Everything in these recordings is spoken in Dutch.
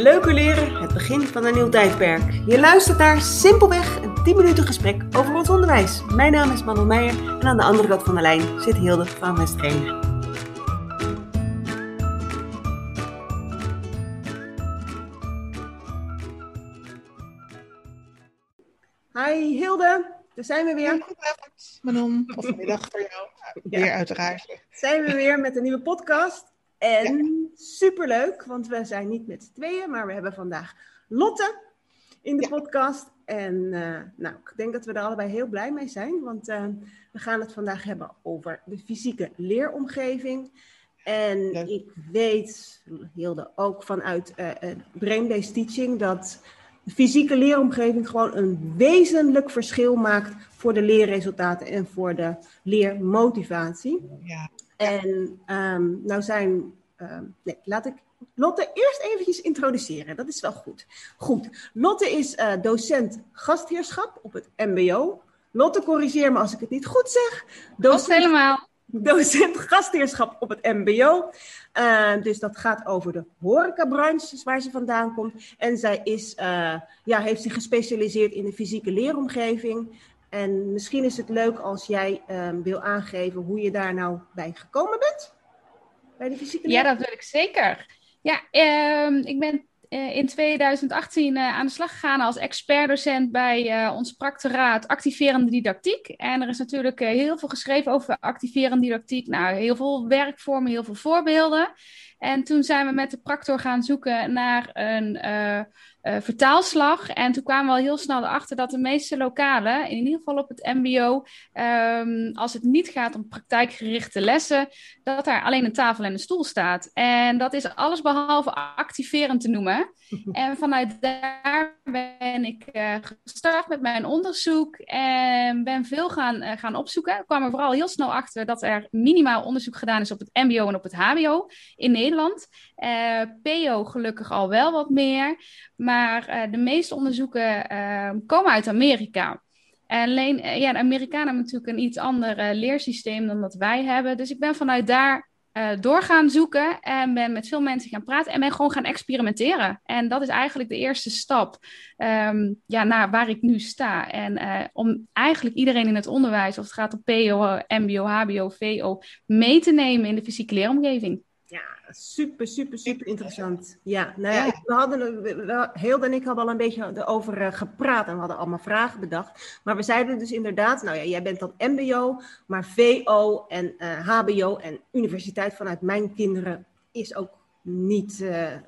Leuker leren, het begin van een nieuw tijdperk. Je luistert naar simpelweg een 10 minuten gesprek over ons onderwijs. Mijn naam is Manon Meijer en aan de andere kant van de lijn zit Hilde van Westgeenen. Hi Hilde, daar zijn we weer. Goedenavond Manon, of middag voor jou. Weer uiteraard. Zijn we weer met een nieuwe podcast. En superleuk, want we zijn niet met z'n tweeën, maar we hebben vandaag Lotte in de podcast. En ik denk dat we er allebei heel blij mee zijn, want we gaan het vandaag hebben over de fysieke leeromgeving. En ik weet, Hilde, ook vanuit Brain-Based Teaching, dat de fysieke leeromgeving gewoon een wezenlijk verschil maakt voor de leerresultaten en voor de leermotivatie. Ja. En laat ik Lotte eerst eventjes introduceren. Dat is wel goed. Goed, Lotte is docent gastheerschap op het mbo. Lotte, corrigeer me als ik het niet goed zeg. Docent gastheerschap op het mbo. Dus dat gaat over de horecabranche waar ze vandaan komt. En zij heeft zich gespecialiseerd in de fysieke leeromgeving. En misschien is het leuk als jij wil aangeven hoe je daar nou bij gekomen bent. Bij de fysieke leer. Ja, dat wil ik zeker. Ja, ik ben in 2018 aan de slag gegaan als expertdocent bij ons practoraat activerende didactiek. En er is natuurlijk heel veel geschreven over activerende didactiek. Nou, heel veel werkvormen, heel veel voorbeelden. En toen zijn we met de practor gaan zoeken naar een vertaalslag. En toen kwamen we al heel snel erachter dat de meeste lokalen, in ieder geval op het mbo, als het niet gaat om praktijkgerichte lessen, dat daar alleen een tafel en een stoel staat. En dat is alles behalve activerend te noemen. En vanuit daar ben ik gestart met mijn onderzoek en ben veel gaan opzoeken. Ik kwam er vooral heel snel achter dat er minimaal onderzoek gedaan is op het mbo en op het hbo in Nederland. PO gelukkig al wel wat meer, maar de meeste onderzoeken komen uit Amerika. Alleen, de Amerikanen hebben natuurlijk een iets ander leersysteem dan dat wij hebben. Dus ik ben vanuit daar door gaan zoeken en ben met veel mensen gaan praten en ben gewoon gaan experimenteren. En dat is eigenlijk de eerste stap naar waar ik nu sta. En om eigenlijk iedereen in het onderwijs, of het gaat om PO, mbo, hbo, vo, mee te nemen in de fysieke leeromgeving. Ja, super interessant. Ja, Hilde en ik hadden al een beetje erover gepraat en we hadden allemaal vragen bedacht. Maar we zeiden dus inderdaad, jij bent dan mbo, maar vo en hbo en universiteit vanuit mijn kinderen is ook niet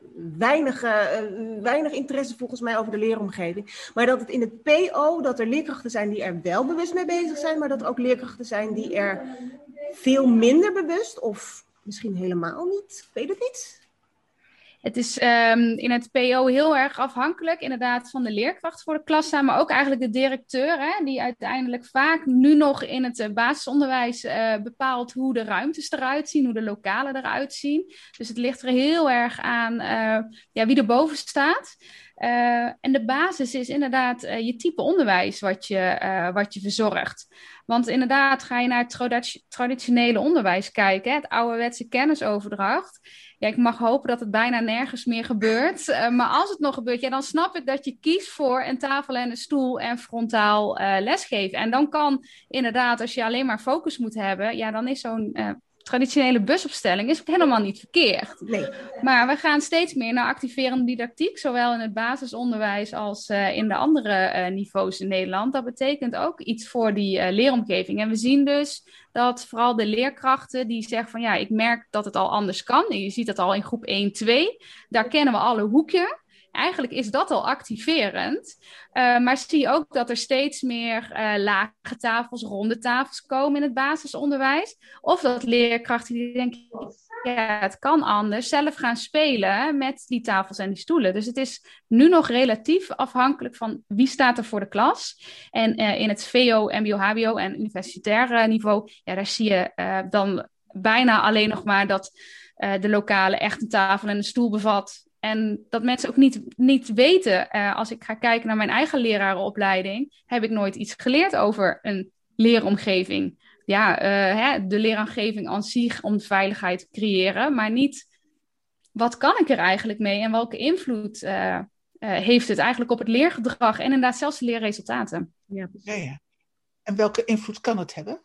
weinig interesse volgens mij over de leeromgeving. Maar dat het in het PO, dat er leerkrachten zijn die er wel bewust mee bezig zijn, maar dat er ook leerkrachten zijn die er veel minder bewust of misschien helemaal niet. Ik weet het niet. Het is in het PO heel erg afhankelijk inderdaad van de leerkracht voor de klas staan, maar ook eigenlijk de directeur, die uiteindelijk vaak nu nog in het basisonderwijs bepaalt hoe de ruimtes eruit zien, hoe de lokalen eruit zien. Dus het ligt er heel erg aan wie er boven staat. En de basis is inderdaad je type onderwijs wat je verzorgt. Want inderdaad ga je naar het traditionele onderwijs kijken, het ouderwetse kennisoverdracht. Ja, ik mag hopen dat het bijna nergens meer gebeurt. Maar als het nog gebeurt, dan snap ik dat je kiest voor een tafel en een stoel en frontaal lesgeven. En dan kan inderdaad, als je alleen maar focus moet hebben, dan is zo'n traditionele busopstelling is ook helemaal niet verkeerd. Nee. Maar we gaan steeds meer naar activerende didactiek, zowel in het basisonderwijs als in de andere niveaus in Nederland. Dat betekent ook iets voor die leeromgeving. En we zien dus dat vooral de leerkrachten die zeggen van ik merk dat het al anders kan. En je ziet dat al in groep 1, 2. Daar kennen we alle hoeken. Eigenlijk is dat al activerend. Maar zie je ook dat er steeds meer lage tafels, ronde tafels komen in het basisonderwijs. Of dat leerkrachten die denken, het kan anders, zelf gaan spelen met die tafels en die stoelen. Dus het is nu nog relatief afhankelijk van wie staat er voor de klas. En in het VO, MBO, HBO en universitair niveau, daar zie je dan bijna alleen nog maar dat de lokale echt een tafel en een stoel bevat. En dat mensen ook niet weten. Als ik ga kijken naar mijn eigen lerarenopleiding, heb ik nooit iets geleerd over een leeromgeving. De leeromgeving aan zich om veiligheid te creëren, maar niet wat kan ik er eigenlijk mee en welke invloed heeft het eigenlijk op het leergedrag en inderdaad zelfs de leerresultaten. Ja, Ja. En welke invloed kan het hebben?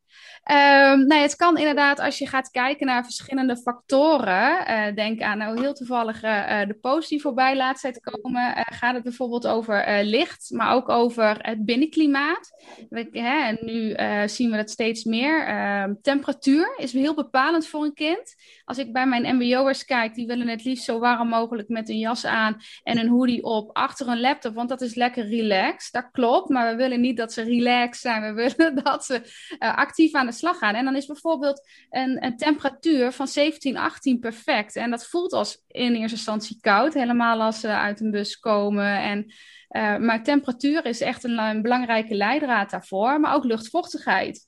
Nee, het kan inderdaad, als je gaat kijken naar verschillende factoren, denk aan heel toevallig de post die voorbij laat zijn te komen, gaat het bijvoorbeeld over licht, maar ook over het binnenklimaat. En nu zien we dat steeds meer. Temperatuur is heel bepalend voor een kind. Als ik bij mijn mbo'ers kijk, die willen het liefst zo warm mogelijk met een jas aan en een hoodie op achter een laptop, want dat is lekker relaxed. Dat klopt, maar we willen niet dat ze relaxed zijn. We willen dat ze actief aan de slag gaan. En dan is bijvoorbeeld een temperatuur van 17, 18 perfect. En dat voelt als in eerste instantie koud, helemaal als ze uit een bus komen. Maar temperatuur is echt een belangrijke leidraad daarvoor, maar ook luchtvochtigheid.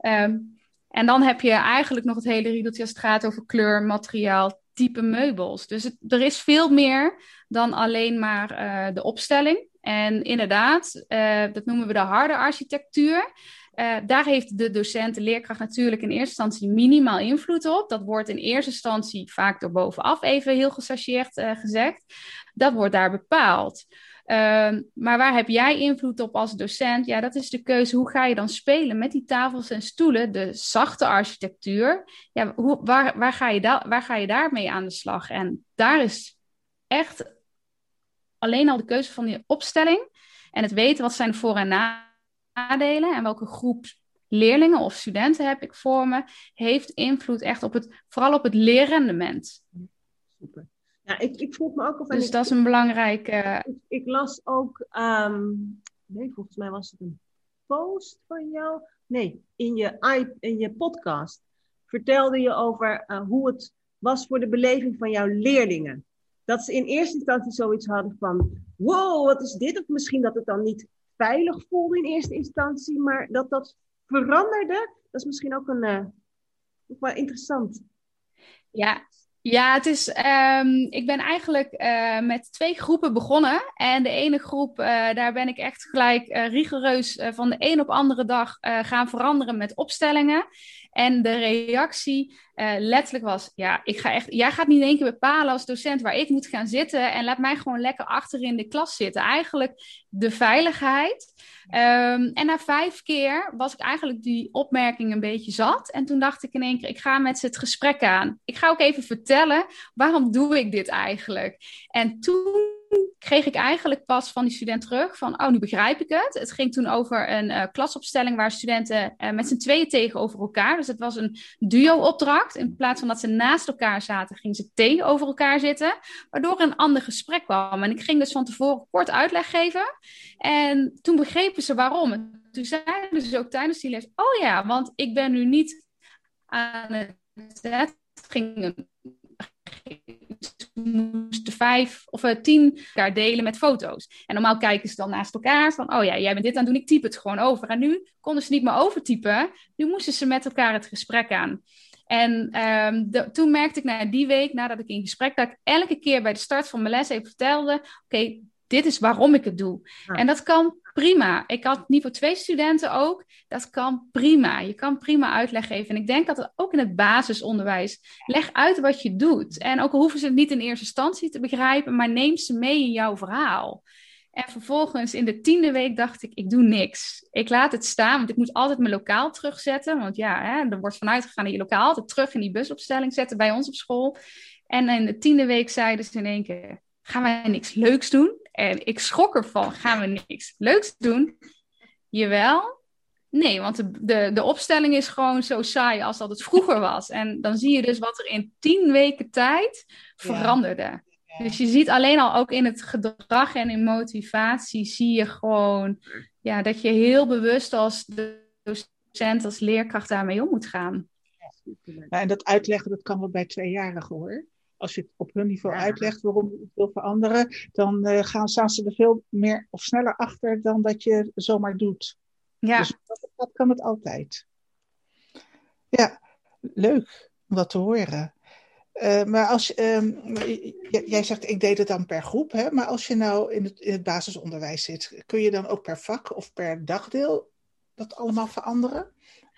En dan heb je eigenlijk nog het hele riedeltje als het gaat over kleur, materiaal, type meubels. Dus er is veel meer dan alleen maar de opstelling. En inderdaad, dat noemen we de harde architectuur. Daar heeft de docent, de leerkracht natuurlijk in eerste instantie minimaal invloed op. Dat wordt in eerste instantie vaak door bovenaf even heel gechargeerd gezegd. Dat wordt daar bepaald. Maar waar heb jij invloed op als docent? Ja, dat is de keuze. Hoe ga je dan spelen met die tafels en stoelen? De zachte architectuur. Ja, waar ga je daarmee aan de slag? En daar is echt alleen al de keuze van die opstelling en het weten wat zijn de voor- en nadelen en welke groep leerlingen of studenten heb ik voor me, heeft invloed echt vooral op het leerrendement. Super. Ja, ik vroeg me ook af. Dus dat is een belangrijke. Ik las ook, volgens mij was het een post van jou. Nee, in je podcast vertelde je over hoe het was voor de beleving van jouw leerlingen. Dat ze in eerste instantie zoiets hadden van, wow, wat is dit? Of misschien dat het dan niet veilig voelde in eerste instantie, maar dat veranderde. Dat is misschien ook nog wel interessant. Ja, het is. Ik ben eigenlijk met 2 groepen begonnen. En de ene groep, daar ben ik echt gelijk rigoureus van de een op andere dag gaan veranderen met opstellingen. En de reactie letterlijk was, ja, jij gaat niet in één keer bepalen als docent waar ik moet gaan zitten en laat mij gewoon lekker achter in de klas zitten. Eigenlijk de veiligheid. En na 5 keer was ik eigenlijk die opmerking een beetje zat. En toen dacht ik in één keer, ik ga met ze het gesprek aan. Ik ga ook even vertellen, waarom doe ik dit eigenlijk? En toen kreeg ik eigenlijk pas van die student terug van, nu begrijp ik het. Het ging toen over een klasopstelling waar studenten met z'n tweeën tegenover elkaar. Dus het was een duo-opdracht. In plaats van dat ze naast elkaar zaten, gingen ze tegenover elkaar zitten. Waardoor er een ander gesprek kwam. En ik ging dus van tevoren kort uitleg geven. En toen begrepen ze waarom. En toen zeiden ze ook tijdens die les, oh ja, want ik ben nu niet aan het moesten 5 of 10 elkaar delen met foto's. En normaal kijken ze dan naast elkaar van, oh ja, jij bent dit aan het doen, ik typ het gewoon over. En nu konden ze niet meer overtypen. Nu moesten ze met elkaar het gesprek aan. En toen merkte ik na die week, nadat ik in gesprek, dat ik elke keer bij de start van mijn les even vertelde, oké, dit is waarom ik het doe. Ja. En dat kan prima. Ik had niveau 2 studenten ook. Dat kan prima. Je kan prima uitleg geven. En ik denk dat het ook in het basisonderwijs, leg uit wat je doet. En ook al hoeven ze het niet in eerste instantie te begrijpen, maar neem ze mee in jouw verhaal. En vervolgens in de 10e week dacht ik doe niks. Ik laat het staan, want ik moet altijd mijn lokaal terugzetten. Want ja, er wordt vanuit gegaan dat je lokaal altijd terug in die busopstelling zetten bij ons op school. En in de 10e week zeiden ze in één keer, gaan wij niks leuks doen? En ik schrok ervan, gaan we niks leuks doen? Jawel. Nee, want de opstelling is gewoon zo saai als dat het vroeger was. En dan zie je dus wat er in 10 weken tijd veranderde. Ja. Dus je ziet alleen al ook in het gedrag en in motivatie zie je gewoon dat je heel bewust als docent, als leerkracht daarmee om moet gaan. Ja, en dat uitleggen, dat kan wel bij 2-jarigen hoor. Als je het op hun niveau uitlegt waarom je het wil veranderen, dan staan ze er veel meer of sneller achter dan dat je zomaar doet. Ja. Dus dat kan het altijd. Ja, leuk om dat te horen. Maar als jij zegt, ik deed het dan per groep, hè? Maar als je nou in het basisonderwijs zit, kun je dan ook per vak of per dagdeel dat allemaal veranderen?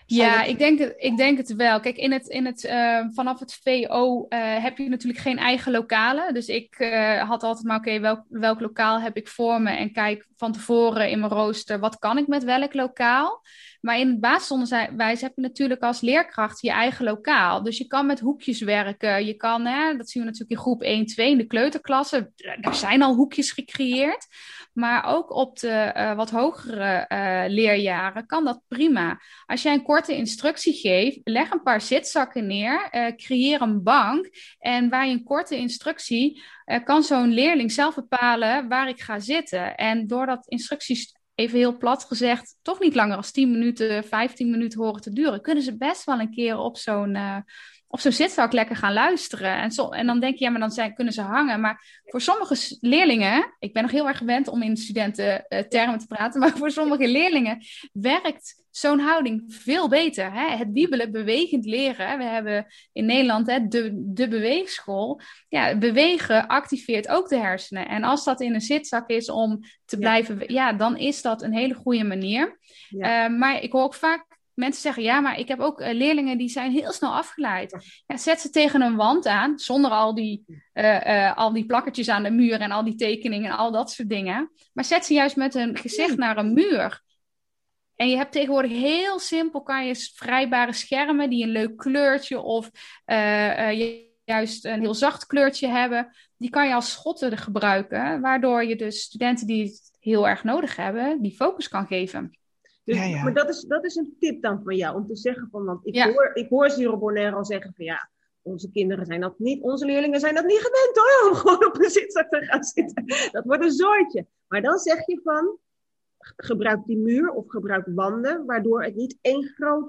Ja, ik denk het wel. Kijk, vanaf het VO heb je natuurlijk geen eigen lokalen. Dus ik had altijd maar, welk lokaal heb ik voor me? En kijk van tevoren in mijn rooster, wat kan ik met welk lokaal? Maar in het basisonderwijs heb je natuurlijk als leerkracht je eigen lokaal. Dus je kan met hoekjes werken. Je kan, dat zien we natuurlijk in groep 1, 2 in de kleuterklassen. Daar zijn al hoekjes gecreëerd. Maar ook op de wat hogere leerjaren kan dat prima. Als jij een korte instructie geeft, leg een paar zitzakken neer, creëer een bank. En bij een korte instructie kan zo'n leerling zelf bepalen waar ik ga zitten. En doordat instructies, even heel plat gezegd, toch niet langer dan 10 minuten, 15 minuten horen te duren, kunnen ze best wel een keer op zo'n zitzak lekker gaan luisteren. En dan denk je, ja, maar dan kunnen ze hangen. Maar voor sommige leerlingen, ik ben nog heel erg gewend om in studententermen te praten, maar voor sommige leerlingen werkt zo'n houding veel beter. Hè? Het wiebelen, bewegend leren. We hebben in Nederland de beweegschool. Ja, bewegen activeert ook de hersenen. En als dat in een zitzak is om te blijven, dan is dat een hele goede manier. Ja. Maar ik hoor ook vaak mensen zeggen, ja, maar ik heb ook leerlingen die zijn heel snel afgeleid. Ja, zet ze tegen een wand aan, zonder al die plakkertjes aan de muur en al die tekeningen en al dat soort dingen. Maar zet ze juist met hun gezicht naar een muur. En je hebt tegenwoordig heel simpel, kan je vrijbare schermen die een leuk kleurtje of juist een heel zacht kleurtje hebben. Die kan je als schotten gebruiken, waardoor je dus studenten die het heel erg nodig hebben, die focus kan geven. Dus, ja. Maar dat is een tip dan van jou, om te zeggen van, want ik hoor Cyril Bonaire al zeggen van ja, onze kinderen zijn dat niet, onze leerlingen zijn dat niet gewend hoor, om gewoon op een zitzak te gaan zitten. Dat wordt een zooitje. Maar dan zeg je van, gebruik die muur of gebruik wanden, waardoor het niet één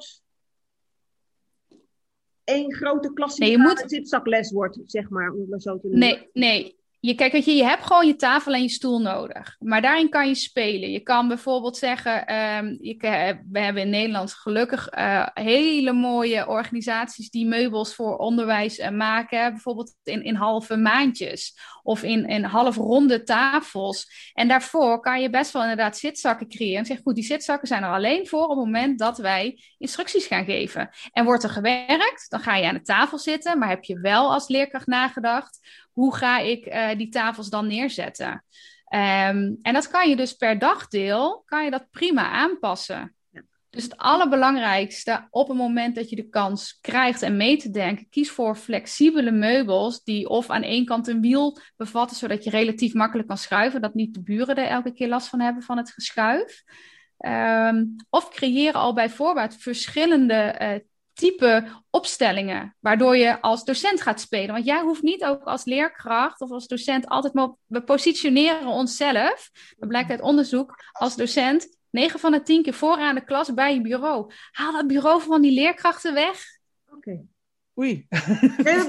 grote klassieke zitzakles wordt, zeg maar, om het zo te noemen. Nee. Je hebt gewoon je tafel en je stoel nodig. Maar daarin kan je spelen. Je kan bijvoorbeeld zeggen, we hebben in Nederland gelukkig hele mooie organisaties die meubels voor onderwijs maken. Bijvoorbeeld in halve maandjes of in half ronde tafels. En daarvoor kan je best wel inderdaad zitzakken creëren. En zeg goed, die zitzakken zijn er alleen voor op het moment dat wij instructies gaan geven. En wordt er gewerkt, dan ga je aan de tafel zitten. Maar heb je wel als leerkracht nagedacht, hoe ga ik die tafels dan neerzetten? En dat kan je dus per dagdeel, kan je dat prima aanpassen. Ja. Dus het allerbelangrijkste, op het moment dat je de kans krijgt en mee te denken, kies voor flexibele meubels die of aan één kant een wiel bevatten, zodat je relatief makkelijk kan schuiven, dat niet de buren er elke keer last van hebben van het geschuif. Of creëer al bij voorbaat verschillende type opstellingen, waardoor je als docent gaat spelen. Want jij hoeft niet ook als leerkracht of als docent altijd maar we positioneren onszelf, dat blijkt uit onderzoek, als docent 9 van de 10 keer vooraan de klas bij je bureau. Haal dat bureau van die leerkrachten weg. Oké. Oei. Nee,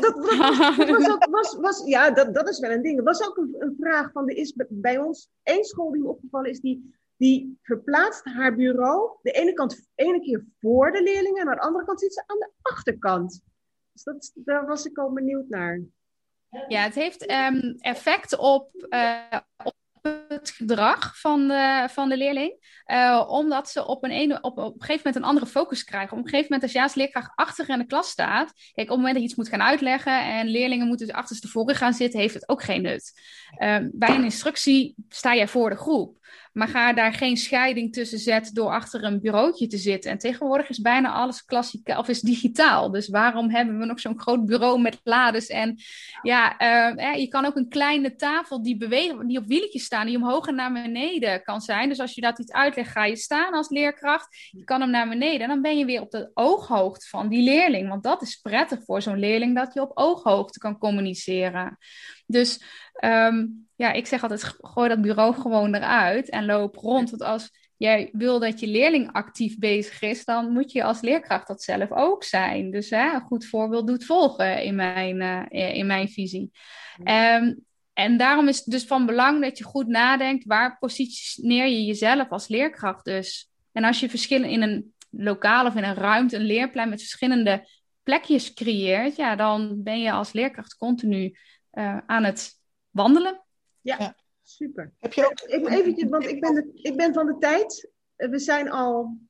dat is wel een ding. Er was ook een vraag van, er is bij ons één school die me opgevallen is, die verplaatst haar bureau de ene keer voor de leerlingen en aan de andere kant zit ze aan de achterkant. Dus daar was ik al benieuwd naar. Ja, het heeft effect op het gedrag van de leerling. Omdat ze op een gegeven moment een andere focus krijgen. Op een gegeven moment als je als leerkracht achter in de klas staat. Kijk, op het moment dat je iets moet gaan uitleggen en leerlingen moeten dus achterstevoren gaan zitten, heeft het ook geen nut. Bij een instructie sta jij voor de groep. Maar ga daar geen scheiding tussen zetten door achter een bureautje te zitten. En tegenwoordig is bijna alles klassiek of is digitaal. Dus waarom hebben we nog zo'n groot bureau met lades? En je kan ook een kleine tafel die op wieltjes staan, die omhoog en naar beneden kan zijn. Dus als je dat iets uitlegt, ga je staan als leerkracht. Je kan hem naar beneden en dan ben je weer op de ooghoogte van die leerling. Want dat is prettig voor zo'n leerling, dat je op ooghoogte kan communiceren. Dus ik zeg altijd, gooi dat bureau gewoon eruit en loop rond. Want als jij wil dat je leerling actief bezig is, dan moet je als leerkracht dat zelf ook zijn. Dus een goed voorbeeld doet volgen in mijn visie. En daarom is het dus van belang dat je goed nadenkt, waar positioneer je jezelf als leerkracht dus. En als je verschillen in een lokaal of in een ruimte, een leerplein met verschillende plekjes creëert, ja, dan ben je als leerkracht continu aan het wandelen. Ja, super. Heb je ook... Eventjes, want ik ben van de tijd. We zijn al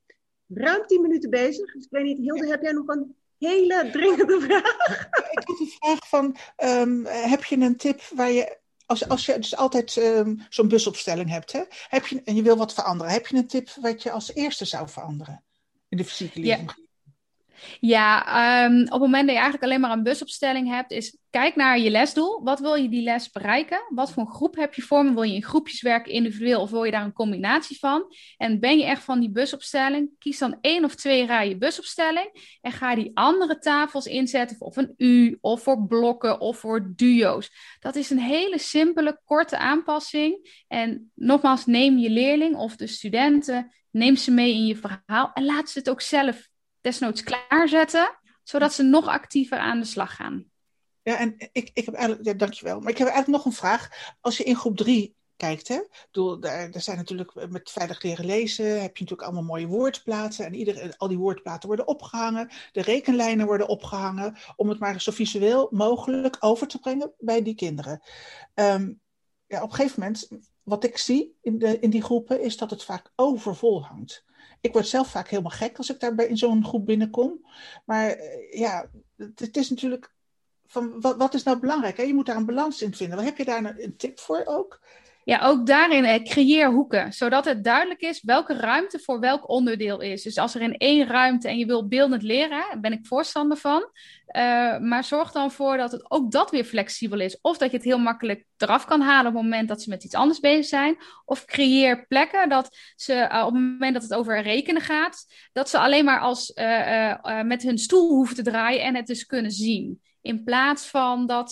ruim 10 minuten bezig. Dus ik weet niet, Hilde, heb jij nog een hele dringende vraag? Ik heb een vraag van, heb je een tip waar je, als je dus altijd zo'n busopstelling hebt, hè, en je wil wat veranderen, heb je een tip wat je als eerste zou veranderen in de fysieke leeromgeving? Ja, op het moment dat je eigenlijk alleen maar een busopstelling hebt, is kijk naar je lesdoel. Wat wil je die les bereiken? Wat voor een groep heb je voor me? Wil je in groepjes werken, individueel, of wil je daar een combinatie van? En ben je echt van die busopstelling? Kies dan 1 of 2 rijen busopstelling en ga die andere tafels inzetten of een U, of voor blokken, of voor duo's. Dat is een hele simpele, korte aanpassing. En nogmaals, neem je leerling of de studenten, neem ze mee in je verhaal en laat ze het ook zelf desnoods klaarzetten, zodat ze nog actiever aan de slag gaan. Ja, en ik heb eigenlijk, ja, dankjewel. Maar ik heb eigenlijk nog een vraag. Als je in groep 3 kijkt, hè, er zijn natuurlijk met veilig leren lezen, heb je natuurlijk allemaal mooie woordplaten. En al die woordplaten worden opgehangen. De rekenlijnen worden opgehangen. Om het maar zo visueel mogelijk over te brengen bij die kinderen. Ja, op een gegeven moment, wat ik zie in die groepen, is dat het vaak overvol hangt. Ik word zelf vaak helemaal gek als ik daar in zo'n groep binnenkom. Maar ja, het is natuurlijk van wat is nou belangrijk? Hè? Je moet daar een balans in vinden. Heb je daar een tip voor ook? Ja, ook daarin creëer hoeken, zodat het duidelijk is welke ruimte voor welk onderdeel is. Dus als er in 1 ruimte en je wilt beeldend leren, daar ben ik voorstander van. Maar zorg dan voor dat het ook dat weer flexibel is. Of dat je het heel makkelijk eraf kan halen op het moment dat ze met iets anders bezig zijn. Of creëer plekken dat ze op het moment dat het over rekenen gaat, dat ze alleen maar met hun stoel hoeven te draaien en het dus kunnen zien. In plaats van dat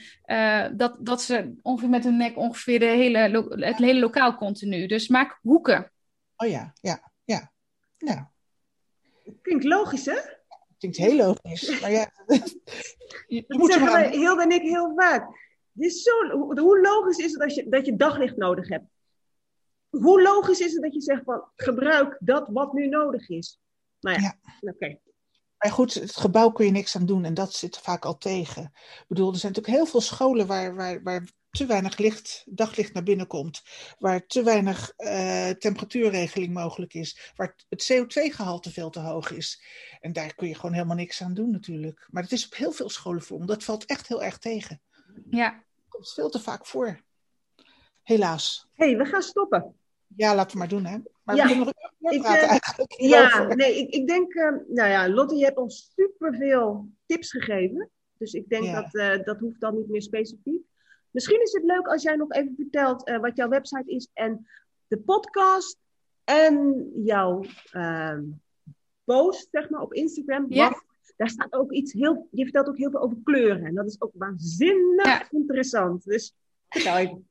ze ongeveer met hun nek ongeveer het hele lokaal continu. Dus maak hoeken. Oh ja. Nou. Klinkt logisch, hè? Klinkt heel logisch. Maar ja, dat zeggen wij, Hilde en ik, heel vaak. Hoe logisch is het dat je daglicht nodig hebt? Hoe logisch is het dat je zegt van gebruik dat wat nu nodig is? Nou ja. Oké. Maar goed, het gebouw kun je niks aan doen en dat zit vaak al tegen. Ik bedoel, er zijn natuurlijk heel veel scholen waar te weinig daglicht naar binnen komt. Waar te weinig temperatuurregeling mogelijk is. Waar het CO2-gehalte veel te hoog is. En daar kun je gewoon helemaal niks aan doen natuurlijk. Maar het is op heel veel scholen voor. Dat valt echt heel erg tegen. Ja. Het komt veel te vaak voor. Helaas. Hey, we gaan stoppen. Ja, laten we maar doen, hè. Maar ja, we kunnen nog praten eigenlijk. Ik denk, Lotte, je hebt ons superveel tips gegeven. Dus ik denk dat hoeft dan niet meer specifiek. Misschien is het leuk als jij nog even vertelt wat jouw website is en de podcast en jouw post, zeg maar, op Instagram. Ja. Want daar staat ook je vertelt ook heel veel over kleuren. En dat is ook waanzinnig interessant. Dus vertel even.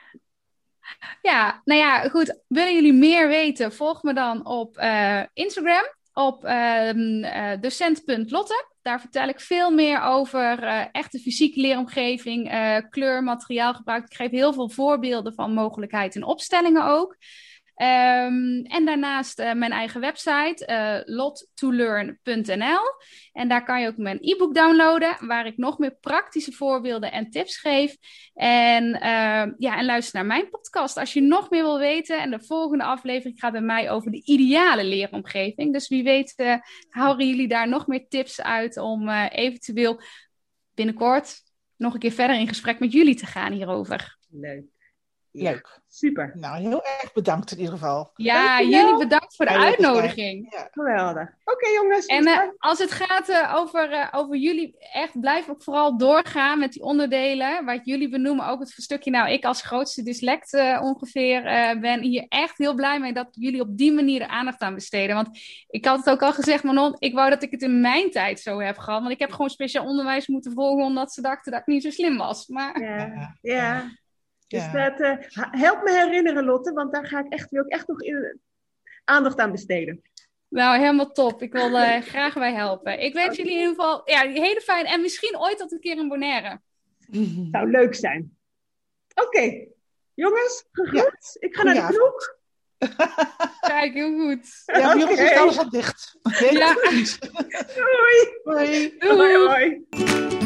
Ja, nou ja, goed. Willen jullie meer weten? Volg me dan op Instagram, op docent.lotte. Daar vertel ik veel meer over echte fysieke leeromgeving, kleur, materiaalgebruik. Ik geef heel veel voorbeelden van mogelijkheid en opstellingen ook. En daarnaast mijn eigen website, lottolearn.nl. En daar kan je ook mijn e-book downloaden, waar ik nog meer praktische voorbeelden en tips geef. En luister naar mijn podcast als je nog meer wil weten. En de volgende aflevering gaat bij mij over de ideale leeromgeving. Dus wie weet houden jullie daar nog meer tips uit om eventueel binnenkort nog een keer verder in gesprek met jullie te gaan hierover. Leuk. Ja, leuk. Super. Nou, heel erg bedankt in ieder geval. Ja, jullie bedankt voor de uitnodiging. Ja. Geweldig. Oké, jongens. En als het gaat over jullie, echt blijf ook vooral doorgaan met die onderdelen. Wat jullie benoemen, ook het stukje. Nou, ik als grootste dyslect ongeveer ben hier echt heel blij mee dat jullie op die manier de aandacht aan besteden. Want ik had het ook al gezegd, Manon, ik wou dat ik het in mijn tijd zo heb gehad. Want ik heb gewoon speciaal onderwijs moeten volgen omdat ze dachten dat ik niet zo slim was. Maar... Ja. Dus dat help me herinneren, Lotte, want daar wil ik echt nog aandacht aan besteden. Nou, helemaal top. Ik wil graag bij helpen. Ik wens jullie in ieder geval hele fijn en misschien ooit tot een keer in Bonaire. Zou leuk zijn. Oké. Jongens, gegroet. Ja. Ik ga naar de kroeg. Kijk, heel goed. Ja, bij ons is alles al dicht. Doei. Doei. Hoi.